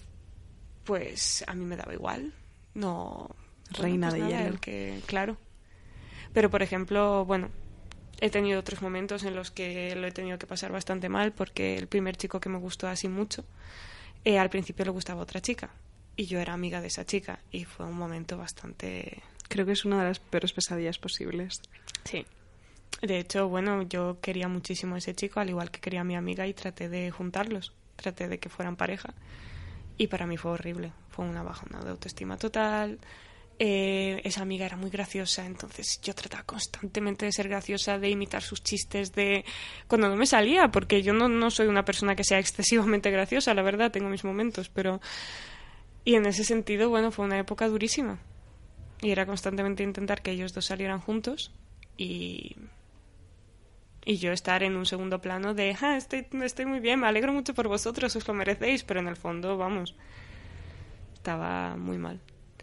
S2: pues a mí me daba igual, no
S1: reina
S2: bueno, pues
S1: de
S2: nada,
S1: hielo
S2: el que claro, pero por ejemplo, bueno, he tenido otros momentos en los que lo he tenido que pasar bastante mal porque el primer chico que me gustó así mucho, eh, al principio le gustaba otra chica y yo era amiga de esa chica y fue un momento bastante,
S1: creo que es una de las peores pesadillas posibles.
S2: Sí, de hecho, bueno, yo quería muchísimo a ese chico al igual que quería a mi amiga y traté de juntarlos. Traté de que fueran pareja y para mí fue horrible, fue una bajona de autoestima total. Eh, esa amiga era muy graciosa, entonces yo trataba constantemente de ser graciosa, de imitar sus chistes, de cuando no me salía, porque yo no, no soy una persona que sea excesivamente graciosa, la verdad, tengo mis momentos, pero y en ese sentido, bueno, fue una época durísima y era constantemente intentar que ellos dos salieran juntos y Y yo estar en un segundo plano de, ah, estoy, estoy muy bien, me alegro mucho por vosotros, os lo merecéis, pero en el fondo, vamos, estaba muy mal.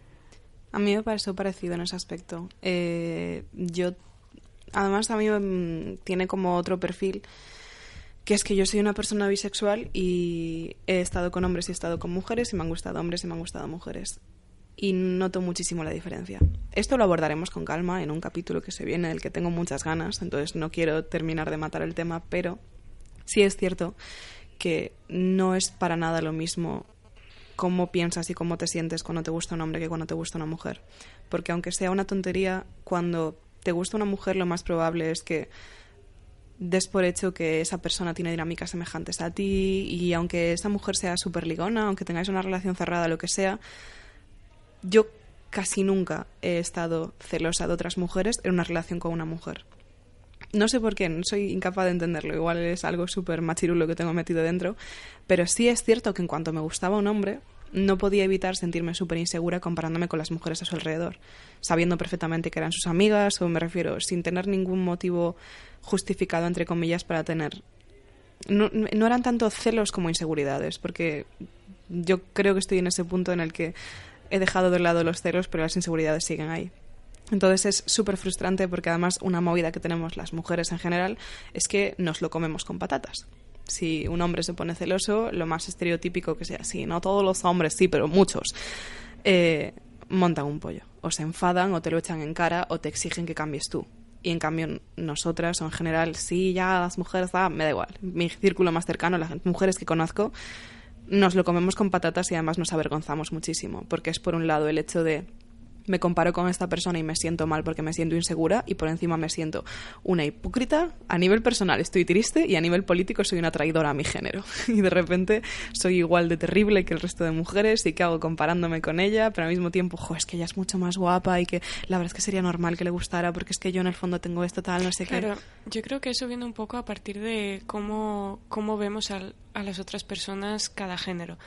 S1: A mí me pareció parecido en ese aspecto. Eh, yo, además, a mí me, tiene como otro perfil, que es que yo soy una persona bisexual y he estado con hombres y he estado con mujeres y me han gustado hombres y me han gustado mujeres. Y noto muchísimo la diferencia. Esto lo abordaremos con calma en un capítulo que se viene, del que tengo muchas ganas, entonces no quiero terminar de matar el tema, pero sí es cierto que no es para nada lo mismo cómo piensas y cómo te sientes cuando te gusta un hombre que cuando te gusta una mujer. Porque aunque sea una tontería, cuando te gusta una mujer lo más probable es que des por hecho que esa persona tiene dinámicas semejantes a ti y aunque esa mujer sea súper ligona, aunque tengáis una relación cerrada, lo que sea, yo casi nunca he estado celosa de otras mujeres en una relación con una mujer. No sé por qué, soy incapaz de entenderlo. Igual es algo súper machirulo que tengo metido dentro. Pero sí es cierto que en cuanto me gustaba un hombre, no podía evitar sentirme súper insegura comparándome con las mujeres a su alrededor. Sabiendo perfectamente que eran sus amigas, o me refiero, sin tener ningún motivo justificado, entre comillas, para tener... No, no eran tanto celos como inseguridades, porque yo creo que estoy en ese punto en el que he dejado de lado los celos, pero las inseguridades siguen ahí. Entonces es súper frustrante porque además una movida que tenemos las mujeres en general es que nos lo comemos con patatas. Si un hombre se pone celoso, lo más estereotípico que sea así, no todos los hombres, sí, pero muchos, eh, montan un pollo. O se enfadan, o te lo echan en cara, o te exigen que cambies tú. Y en cambio nosotras, o en general, sí, ya las mujeres, ah, me da igual. Mi círculo más cercano, las mujeres que conozco, nos lo comemos con patatas y además nos avergonzamos muchísimo, porque es por un lado el hecho de me comparo con esta persona y me siento mal porque me siento insegura y por encima me siento una hipócrita. A nivel personal estoy triste y a nivel político soy una traidora a mi género y de repente soy igual de terrible que el resto de mujeres y ¿qué hago comparándome con ella? Pero al mismo tiempo, jo, es que ella es mucho más guapa y que la verdad es que sería normal que le gustara porque es que yo en el fondo tengo esto tal, no sé
S2: claro,
S1: qué.
S2: Claro, yo creo que eso viene un poco a partir de cómo, cómo vemos al, a las otras personas cada género.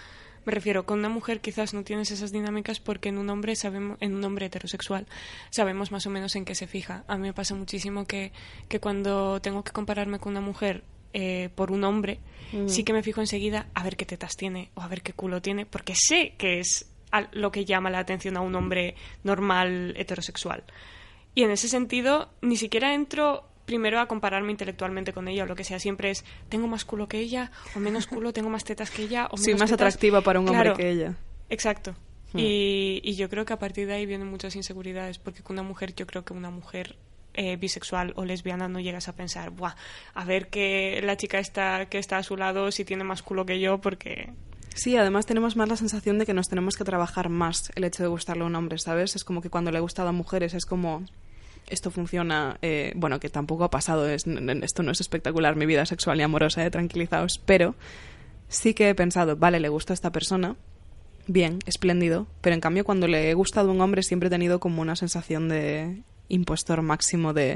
S2: Me refiero, con una mujer quizás no tienes esas dinámicas porque en un hombre sabemos, en un hombre heterosexual sabemos más o menos en qué se fija. A mí me pasa muchísimo que, que cuando tengo que compararme con una mujer eh, por un hombre, mm. sí que me fijo enseguida a ver qué tetas tiene o a ver qué culo tiene, porque sé que es lo que llama la atención a un hombre normal heterosexual. Y en ese sentido, ni siquiera entro primero a compararme intelectualmente con ella o lo que sea. Siempre es, tengo más culo que ella, o menos culo, tengo más tetas que ella, o menos
S1: sí, más
S2: tetas.
S1: Atractiva para un
S2: claro,
S1: hombre que ella.
S2: Exacto. Hmm. Y, y yo creo que a partir de ahí vienen muchas inseguridades, porque con una mujer, yo creo que una mujer eh, bisexual o lesbiana no llegas a pensar, buah, a ver que la chica está, que está a su lado si tiene más culo que yo, porque...
S1: Sí, además tenemos más la sensación de que nos tenemos que trabajar más el hecho de gustarle a un hombre, ¿sabes? Es como que cuando le gusta a mujeres es como... Esto funciona, eh, bueno, que tampoco ha pasado, es, esto no es espectacular, mi vida sexual y amorosa, eh, tranquilizaos, pero sí que he pensado, vale, le gusta a esta persona, bien, espléndido, pero en cambio cuando le he gustado a un hombre siempre he tenido como una sensación de impostor máximo de...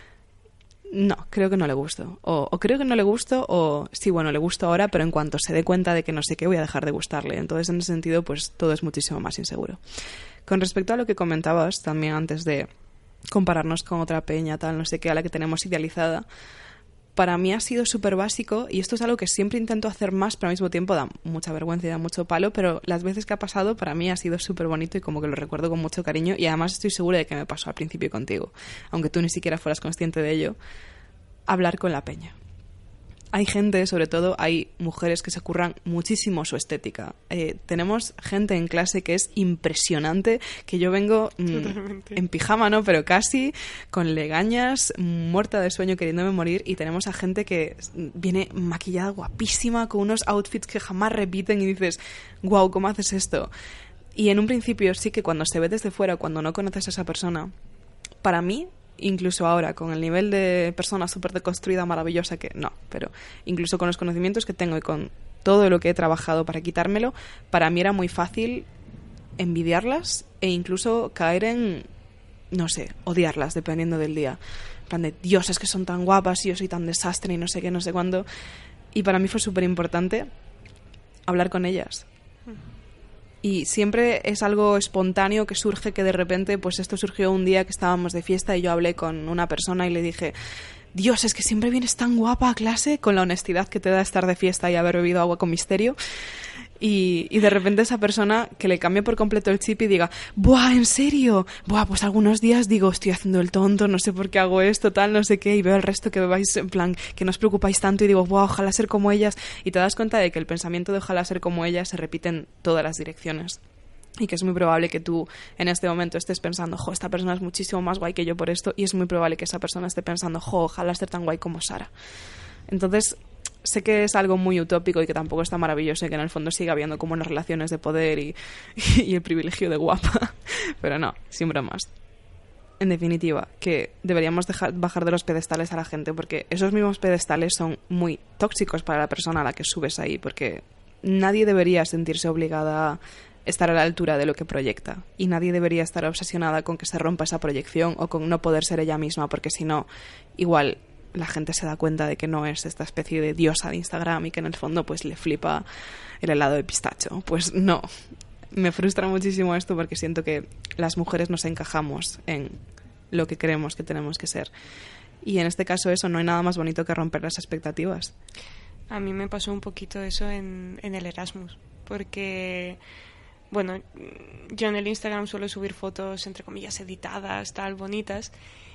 S1: No, creo que no le gusto. O, o creo que no le gusto, o sí, bueno, le gusto ahora, pero en cuanto se dé cuenta de que no sé qué, voy a dejar de gustarle. Entonces, en ese sentido, pues todo es muchísimo más inseguro. Con respecto a lo que comentabas también antes de compararnos con otra peña, tal, no sé qué, a la que tenemos idealizada, para mí ha sido súper básico, y esto es algo que siempre intento hacer más, pero al mismo tiempo da mucha vergüenza y da mucho palo, pero las veces que ha pasado para mí ha sido súper bonito y como que lo recuerdo con mucho cariño, y además estoy segura de que me pasó al principio contigo, aunque tú ni siquiera fueras consciente de ello, hablar con la peña. Hay gente, sobre todo hay mujeres que se curran muchísimo su estética. Eh, tenemos gente en clase que es impresionante, que yo vengo mmm, en pijama, ¿no? Pero casi, con legañas, muerta de sueño, queriéndome morir, y tenemos a gente que viene maquillada guapísima, con unos outfits que jamás repiten y dices, guau, ¿cómo haces esto? Y en un principio sí que cuando se ve desde fuera, cuando no conoces a esa persona, para mí... incluso ahora, con el nivel de persona súper deconstruida, maravillosa que... No, pero incluso con los conocimientos que tengo y con todo lo que he trabajado para quitármelo, para mí era muy fácil envidiarlas e incluso caer en, no sé, odiarlas, dependiendo del día. En plan de, Dios, es que son tan guapas y yo soy tan desastre y no sé qué, no sé cuándo. Y para mí fue súper importante hablar con ellas. Y siempre es algo espontáneo que surge, que de repente, pues esto surgió un día que estábamos de fiesta y yo hablé con una persona y le dije, Dios, es que siempre vienes tan guapa a clase, con la honestidad que te da estar de fiesta y haber bebido agua con misterio. Y, y de repente esa persona que le cambie por completo el chip y diga, ¡buah, en serio! ¡Buah, pues algunos días digo, estoy haciendo el tonto, no sé por qué hago esto, tal, no sé qué, y veo el resto que vais en plan, que no os preocupáis tanto y digo, ¡buah, ojalá ser como ellas! Y te das cuenta de que el pensamiento de ojalá ser como ellas se repite en todas las direcciones. Y que es muy probable que tú en este momento estés pensando, jo, esta persona es muchísimo más guay que yo por esto, y es muy probable que esa persona esté pensando, jo, ojalá ser tan guay como Sara. Entonces... sé que es algo muy utópico y que tampoco está maravilloso y que en el fondo sigue habiendo como unas relaciones de poder y, y el privilegio de guapa, pero no, sin bromas. En definitiva, que deberíamos dejar, bajar de los pedestales a la gente, porque esos mismos pedestales son muy tóxicos para la persona a la que subes ahí, porque nadie debería sentirse obligada a estar a la altura de lo que proyecta, y nadie debería estar obsesionada con que se rompa esa proyección o con no poder ser ella misma, porque si no, igual... la gente se da cuenta de que no es esta especie de diosa de Instagram y que en el fondo pues le flipa el helado de pistacho. Pues no, me frustra muchísimo esto porque siento que las mujeres nos encajamos en lo que creemos que tenemos que ser. Y en este caso eso, no hay nada más bonito que romper las expectativas.
S2: A mí me pasó un poquito eso en, en el Erasmus, porque... bueno, yo en el Instagram suelo subir fotos entre comillas editadas, tal, bonitas,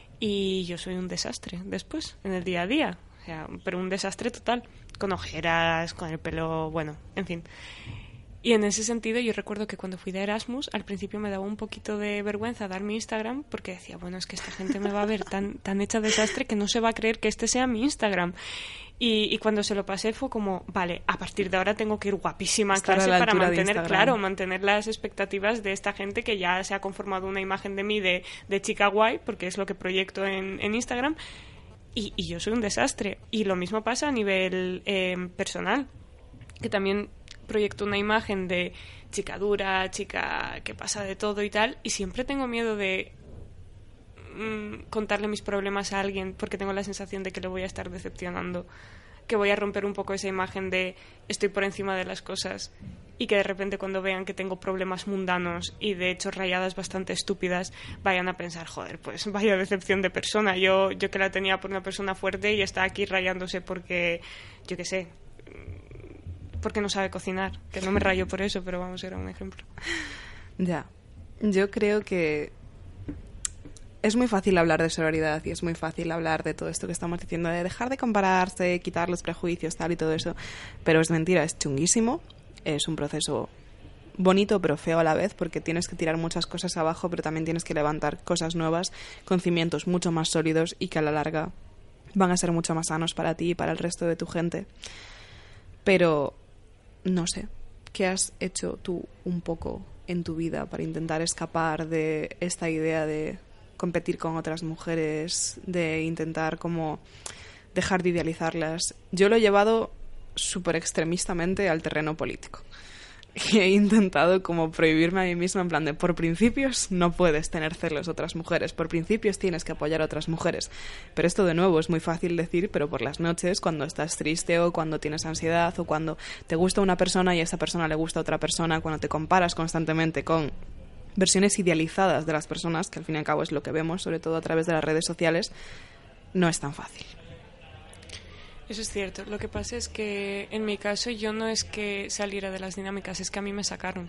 S2: y yo soy un desastre después, en el día a día, o sea, pero un desastre total, con ojeras, con el pelo, bueno, en fin. Y en ese sentido yo recuerdo que cuando fui de Erasmus, al principio me daba un poquito de vergüenza dar mi Instagram, porque decía, bueno, es que esta gente me va a ver tan, tan hecha desastre que no se va a creer que este sea mi Instagram. Y, y cuando se lo pasé fue como, vale, a partir de ahora tengo que ir guapísima a clase para mantener, claro, mantener las expectativas de esta gente que ya se ha conformado una imagen de mí de, de chica guay, porque es lo que proyecto en, en Instagram, y, y yo soy un desastre. Y lo mismo pasa a nivel eh, personal, que también proyecto una imagen de chica dura, chica que pasa de todo y tal, y siempre tengo miedo de contarle mis problemas a alguien porque tengo la sensación de que le voy a estar decepcionando. que voy a romper un poco esa imagen de estoy por encima de las cosas y que de repente cuando vean que tengo problemas mundanos y de hecho rayadas bastante estúpidas vayan a pensar, joder, pues vaya decepción de persona, yo, yo que la tenía por una persona fuerte y está aquí rayándose porque, yo qué sé, porque no sabe cocinar, que no me rayo por eso, pero vamos, era un ejemplo.
S1: Ya, yo creo que es muy fácil hablar de sororidad y es muy fácil hablar de todo esto que estamos diciendo, de dejar de compararse, quitar los prejuicios, tal y todo eso, pero es mentira, es chunguísimo. Es un proceso bonito pero feo a la vez porque tienes que tirar muchas cosas abajo pero también tienes que levantar cosas nuevas con cimientos mucho más sólidos y que a la larga van a ser mucho más sanos para ti y para el resto de tu gente. Pero no sé, ¿qué has hecho tú un poco en tu vida para intentar escapar de esta idea de competir con otras mujeres, de intentar como dejar de idealizarlas? Yo lo he llevado súper extremistamente al terreno político. Y he intentado como prohibirme a mí misma en plan de por principios no puedes tener celos de otras mujeres, por principios tienes que apoyar a otras mujeres. Pero esto de nuevo es muy fácil decir, pero por las noches cuando estás triste o cuando tienes ansiedad o cuando te gusta una persona y a esa persona le gusta a otra persona, cuando te comparas constantemente con versiones idealizadas de las personas, que al fin y al cabo es lo que vemos, sobre todo a través de las redes sociales, no es tan fácil.
S2: Eso es cierto. Lo que pasa es que en mi caso yo no es que saliera de las dinámicas, es que a mí me sacaron.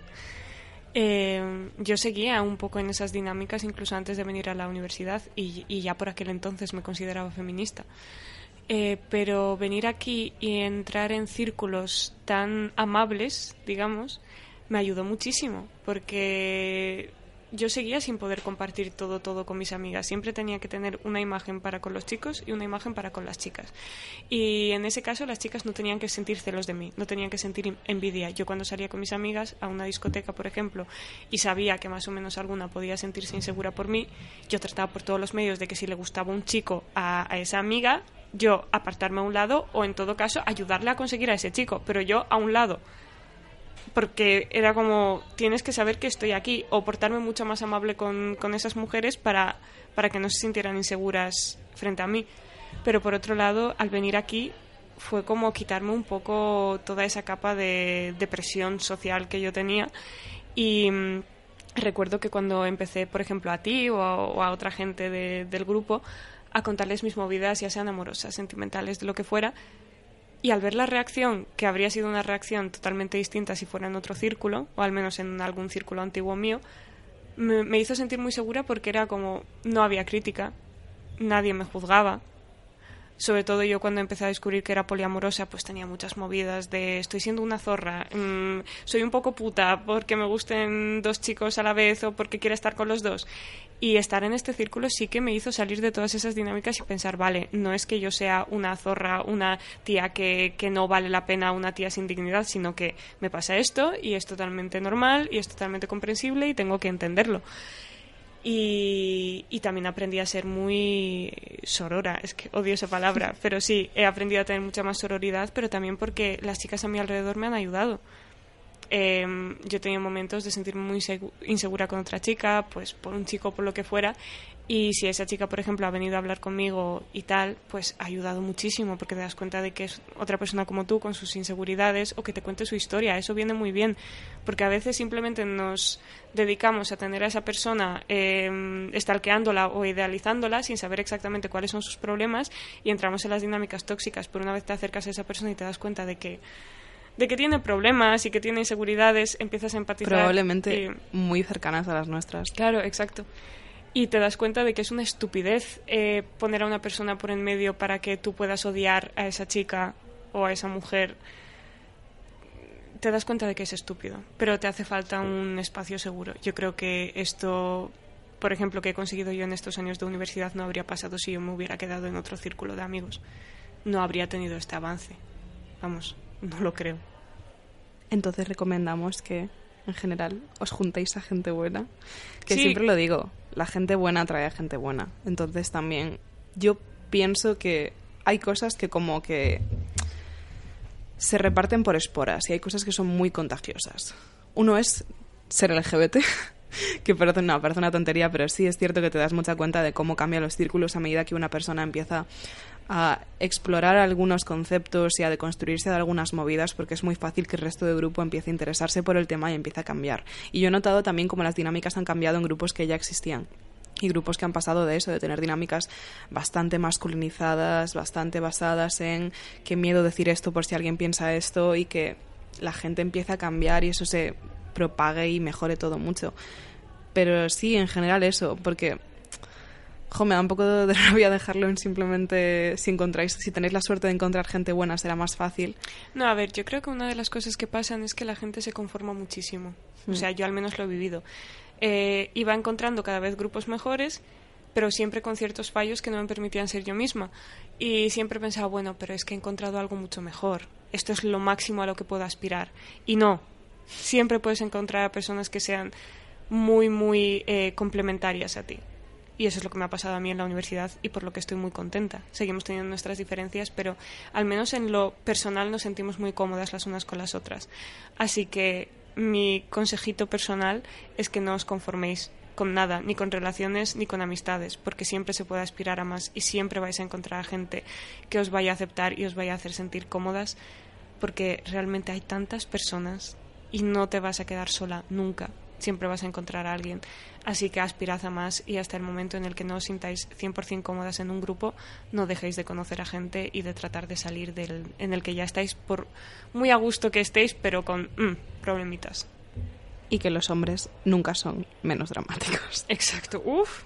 S2: Eh, yo seguía un poco en esas dinámicas incluso antes de venir a la universidad y, y ya por aquel entonces me consideraba feminista. Eh, pero venir aquí y entrar en círculos tan amables, digamos, me ayudó muchísimo porque yo seguía sin poder compartir todo, todo con mis amigas. Siempre tenía que tener una imagen para con los chicos y una imagen para con las chicas. Y en ese caso las chicas no tenían que sentir celos de mí, no tenían que sentir envidia. Yo cuando salía con mis amigas a una discoteca, por ejemplo, y sabía que más o menos alguna podía sentirse insegura por mí, yo trataba por todos los medios de que si le gustaba un chico a, a esa amiga, yo apartarme a un lado o en todo caso ayudarle a conseguir a ese chico, pero yo a un lado. Porque era como, tienes que saber que estoy aquí, o portarme mucho más amable con, con esas mujeres para, para que no se sintieran inseguras frente a mí. Pero por otro lado, al venir aquí fue como quitarme un poco toda esa capa de, de presión social que yo tenía. Y mmm, recuerdo que cuando empecé, por ejemplo, a ti o a, o a otra gente de, del grupo, a contarles mis movidas, ya sean amorosas, sentimentales, de lo que fuera, y al ver la reacción, que habría sido una reacción totalmente distinta si fuera en otro círculo, o al menos en algún círculo antiguo mío, me, me hizo sentir muy segura porque era como, no había crítica, nadie me juzgaba. Sobre todo yo cuando empecé a descubrir que era poliamorosa, pues tenía muchas movidas de estoy siendo una zorra, mmm, soy un poco puta porque me gusten dos chicos a la vez o porque quiero estar con los dos. Y estar en este círculo sí que me hizo salir de todas esas dinámicas y pensar, vale, no es que yo sea una zorra, una tía que, que no vale la pena, una tía sin dignidad, sino que me pasa esto y es totalmente normal y es totalmente comprensible y tengo que entenderlo. Y, y también aprendí a ser muy sorora, es que odio esa palabra, pero sí, he aprendido a tener mucha más sororidad, pero también porque las chicas a mi alrededor me han ayudado. Eh, yo he tenido momentos de sentirme muy insegura con otra chica, pues por un chico o por lo que fuera, y si esa chica, por ejemplo, ha venido a hablar conmigo y tal, pues ha ayudado muchísimo porque te das cuenta de que es otra persona como tú con sus inseguridades o que te cuente su historia. Eso viene muy bien porque a veces simplemente nos dedicamos a tener a esa persona eh, stalkeándola o idealizándola sin saber exactamente cuáles son sus problemas y entramos en las dinámicas tóxicas. Pero una vez te acercas a esa persona y te das cuenta de que de que tiene problemas y que tiene inseguridades, empiezas a empatizar.
S1: Probablemente
S2: y,
S1: muy cercanas a las nuestras.
S2: Claro, exacto. Y te das cuenta de que es una estupidez eh, poner a una persona por en medio para que tú puedas odiar a esa chica o a esa mujer. Te das cuenta de que es estúpido, pero te hace falta un espacio seguro. Yo creo que esto, por ejemplo, que he conseguido yo en estos años de universidad no habría pasado si yo me hubiera quedado en otro círculo de amigos. No habría tenido este avance. Vamos, no lo creo.
S1: Entonces recomendamos que, en general, os juntéis a gente buena. Que
S2: sí.
S1: Siempre lo digo, la gente buena atrae a gente buena. Entonces también yo pienso que hay cosas que como que se reparten por esporas y hay cosas que son muy contagiosas. Uno es ser L G B T que parece, no, parece una tontería, pero sí es cierto que te das mucha cuenta de cómo cambian los círculos a medida que una persona empieza a explorar algunos conceptos y a deconstruirse de algunas movidas, porque es muy fácil que el resto del grupo empiece a interesarse por el tema y empiece a cambiar. Y yo he notado también cómo las dinámicas han cambiado en grupos que ya existían. Y grupos que han pasado de eso, de tener dinámicas bastante masculinizadas, bastante basadas en qué miedo decir esto por si alguien piensa esto, y que la gente empieza a cambiar y eso se propague y mejore todo mucho. Pero sí, en general eso, porque jo, me da un poco de rabia dejarlo en simplemente si encontráis, si tenéis la suerte de encontrar gente buena será más fácil.
S2: No, a ver, yo creo que una de las cosas que pasan es que la gente se conforma muchísimo. Mm. O sea, yo al menos lo he vivido. Eh, iba encontrando cada vez grupos mejores, pero siempre con ciertos fallos que no me permitían ser yo misma. Y siempre pensaba, bueno, pero es que he encontrado algo mucho mejor. Esto es lo máximo a lo que puedo aspirar. Y no, siempre puedes encontrar a personas que sean muy, muy eh, complementarias a ti. Y eso es lo que me ha pasado a mí en la universidad y por lo que estoy muy contenta. Seguimos teniendo nuestras diferencias, pero al menos en lo personal nos sentimos muy cómodas las unas con las otras. Así que mi consejito personal es que no os conforméis con nada, ni con relaciones ni con amistades, porque siempre se puede aspirar a más y siempre vais a encontrar a gente que os vaya a aceptar y os vaya a hacer sentir cómodas, porque realmente hay tantas personas y no te vas a quedar sola nunca. Siempre vas a encontrar a alguien. Así que aspirad a más y hasta el momento en el que no os sintáis cien por ciento cómodas en un grupo, no dejéis de conocer a gente y de tratar de salir del en el que ya estáis, por muy a gusto que estéis, pero con mm, problemitas.
S1: Y que los hombres nunca son menos dramáticos.
S2: Exacto. Uf.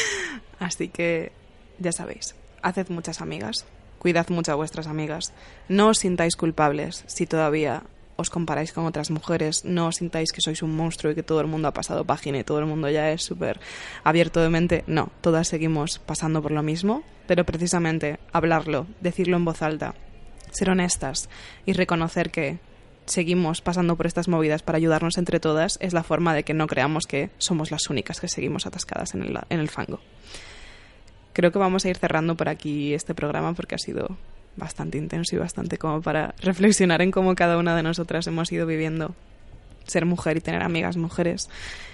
S1: Así que ya sabéis, haced muchas amigas, cuidad mucho a vuestras amigas, no os sintáis culpables si todavía os comparáis con otras mujeres, no os sintáis que sois un monstruo y que todo el mundo ha pasado página y todo el mundo ya es súper abierto de mente. No, todas seguimos pasando por lo mismo, pero precisamente hablarlo, decirlo en voz alta, ser honestas y reconocer que seguimos pasando por estas movidas para ayudarnos entre todas es la forma de que no creamos que somos las únicas que seguimos atascadas en el, en el fango. Creo que vamos a ir cerrando por aquí este programa porque ha sido bastante intenso y bastante como para reflexionar en cómo cada una de nosotras hemos ido viviendo ser mujer y tener amigas mujeres.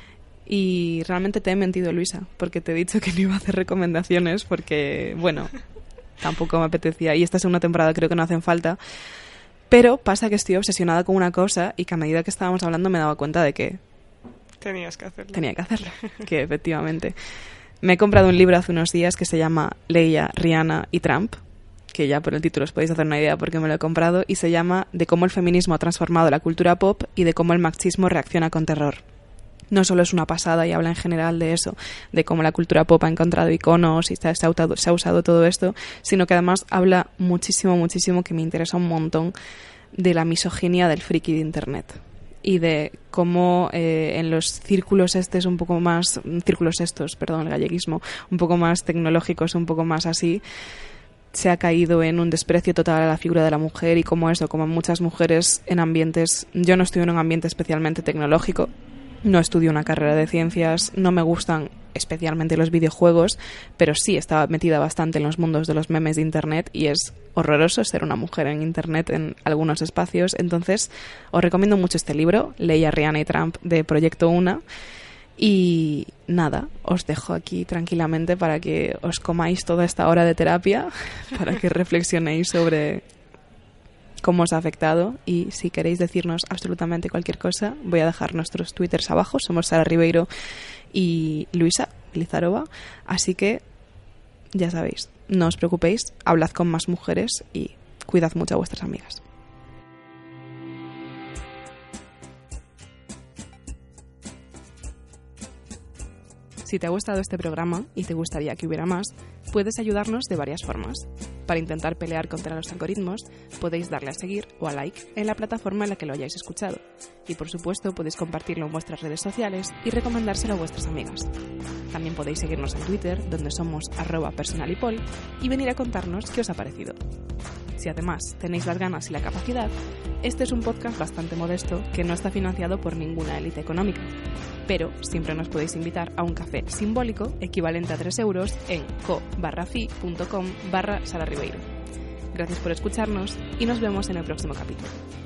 S1: Y realmente te he mentido, Luisa, porque te he dicho que no iba a hacer recomendaciones porque, bueno, tampoco me apetecía. Y esta segunda temporada creo que no hacen falta. Pero pasa que estoy obsesionada con una cosa y que a medida que estábamos hablando me daba cuenta de que
S2: tenías que hacerlo.
S1: Tenía que hacerlo, que efectivamente. Me he comprado un libro hace unos días que se llama Leia, Rihanna y Trump, que ya por el título os podéis hacer una idea porque me lo he comprado, y se llama De cómo el feminismo ha transformado la cultura pop y de cómo el machismo reacciona con terror. No solo es una pasada y habla en general de eso, de cómo la cultura pop ha encontrado iconos y se ha, usado, se ha usado todo esto, sino que además habla muchísimo, muchísimo, que me interesa un montón, de la misoginia del friki de internet y de cómo eh, en los círculos estos un poco más, círculos estos, perdón, el galleguismo, un poco más tecnológicos, un poco más así, se ha caído en un desprecio total a la figura de la mujer y como eso, como muchas mujeres en ambientes, yo no estudio en un ambiente especialmente tecnológico, no estudio una carrera de ciencias, no me gustan especialmente los videojuegos, pero sí estaba metida bastante en los mundos de los memes de internet y es horroroso ser una mujer en internet en algunos espacios. Entonces os recomiendo mucho este libro, Leia, Rihanna y Trump, de Proyecto Una. Y nada, os dejo aquí tranquilamente para que os comáis toda esta hora de terapia, para que reflexionéis sobre cómo os ha afectado, y si queréis decirnos absolutamente cualquier cosa, voy a dejar nuestros twitters abajo, somos Sara Ribeiro y Luisa Lizarova, así que ya sabéis, no os preocupéis, hablad con más mujeres y cuidad mucho a vuestras amigas. Si te ha gustado este programa y te gustaría que hubiera más, puedes ayudarnos de varias formas. Para intentar pelear contra los algoritmos, podéis darle a seguir o a like en la plataforma en la que lo hayáis escuchado. Y por supuesto, podéis compartirlo en vuestras redes sociales y recomendárselo a vuestras amigas. También podéis seguirnos en Twitter, donde somos arroba personalipol, y venir a contarnos qué os ha parecido. Si además tenéis las ganas y la capacidad, este es un podcast bastante modesto que no está financiado por ninguna élite económica. Pero siempre nos podéis invitar a un café simbólico equivalente a tres euros en co barra fi punto com barra Sara Ribeiro. Gracias por escucharnos y nos vemos en el próximo capítulo.